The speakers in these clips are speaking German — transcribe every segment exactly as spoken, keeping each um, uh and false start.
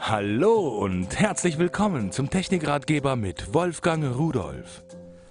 Hallo und herzlich willkommen zum Technikratgeber mit Wolfgang Rudolph.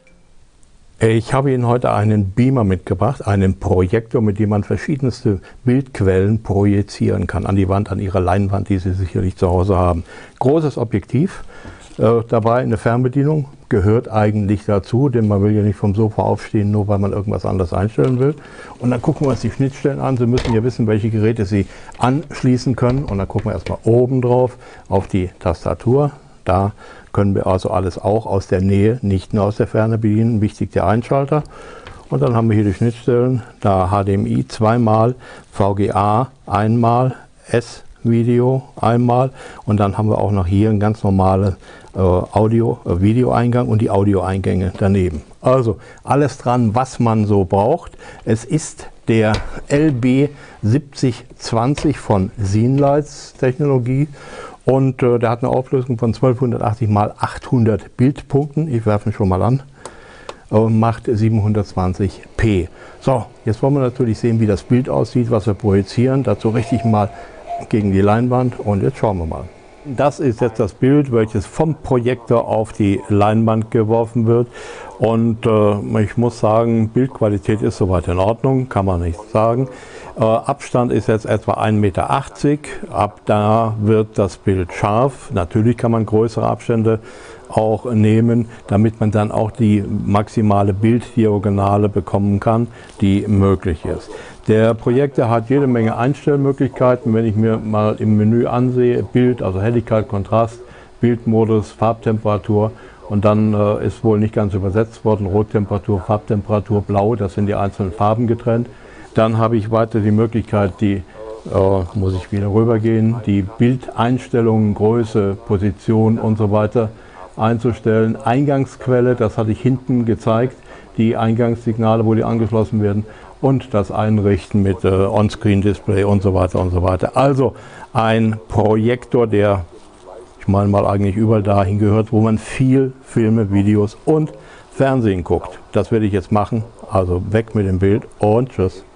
Ich habe Ihnen heute einen Beamer mitgebracht, einen Projektor, mit dem man verschiedenste Bildquellen projizieren kann an die Wand, an Ihre Leinwand, die Sie sicherlich zu Hause haben. Großes Objektiv, äh, dabei eine Fernbedienung, gehört eigentlich dazu, denn man will ja nicht vom Sofa aufstehen, nur weil man irgendwas anderes einstellen will. Und dann gucken wir uns die Schnittstellen an. Sie müssen ja wissen, welche Geräte Sie anschließen können. Und dann gucken wir erstmal oben drauf auf die Tastatur. Da können wir also alles auch aus der Nähe, nicht nur aus der Ferne bedienen. Wichtig der Einschalter. Und dann haben wir hier die Schnittstellen, da H D M I zweimal, V G A einmal, S-Video einmal und dann haben wir auch noch hier einen ganz normalen äh, Audio, äh, Videoeingang und die Audioeingänge daneben. Also alles dran, was man so braucht. Es ist der L B siebzig zwanzig von Seenlights Technologie. Und äh, der hat eine Auflösung von zwölfhundertachtzig mal achthundert Bildpunkten. Ich werfe ihn schon mal an. Und macht siebenhundertzwanzig p. So, jetzt wollen wir natürlich sehen, wie das Bild aussieht, was wir projizieren. Dazu richte ich mal gegen die Leinwand und jetzt schauen wir mal. Das ist jetzt das Bild, welches vom Projektor auf die Leinwand geworfen wird. Und äh, ich muss sagen, Bildqualität ist soweit in Ordnung, kann man nicht sagen. Äh, Abstand ist jetzt etwa ein Meter achtzig. Ab da wird das Bild scharf. Natürlich kann man größere Abstände auch nehmen, damit man dann auch die maximale Bilddiagonale bekommen kann, die möglich ist. Der Projektor hat jede Menge Einstellmöglichkeiten. Wenn ich mir mal im Menü ansehe, Bild, also Helligkeit, Kontrast, Bildmodus, Farbtemperatur und dann äh, ist wohl nicht ganz übersetzt worden, Rottemperatur, Farbtemperatur, Blau, das sind die einzelnen Farben getrennt. Dann habe ich weiter die Möglichkeit, die, äh, muss ich wieder rübergehen, die Bildeinstellungen, Größe, Position und so weiter einzustellen. Eingangsquelle, das hatte ich hinten gezeigt, die Eingangssignale, wo die angeschlossen werden und das Einrichten mit äh, On-Screen-Display und so weiter und so weiter. Also ein Projektor, der, ich meine mal, eigentlich überall dahin gehört, wo man viel Filme, Videos und Fernsehen guckt. Das werde ich jetzt machen. Also weg mit dem Bild und tschüss.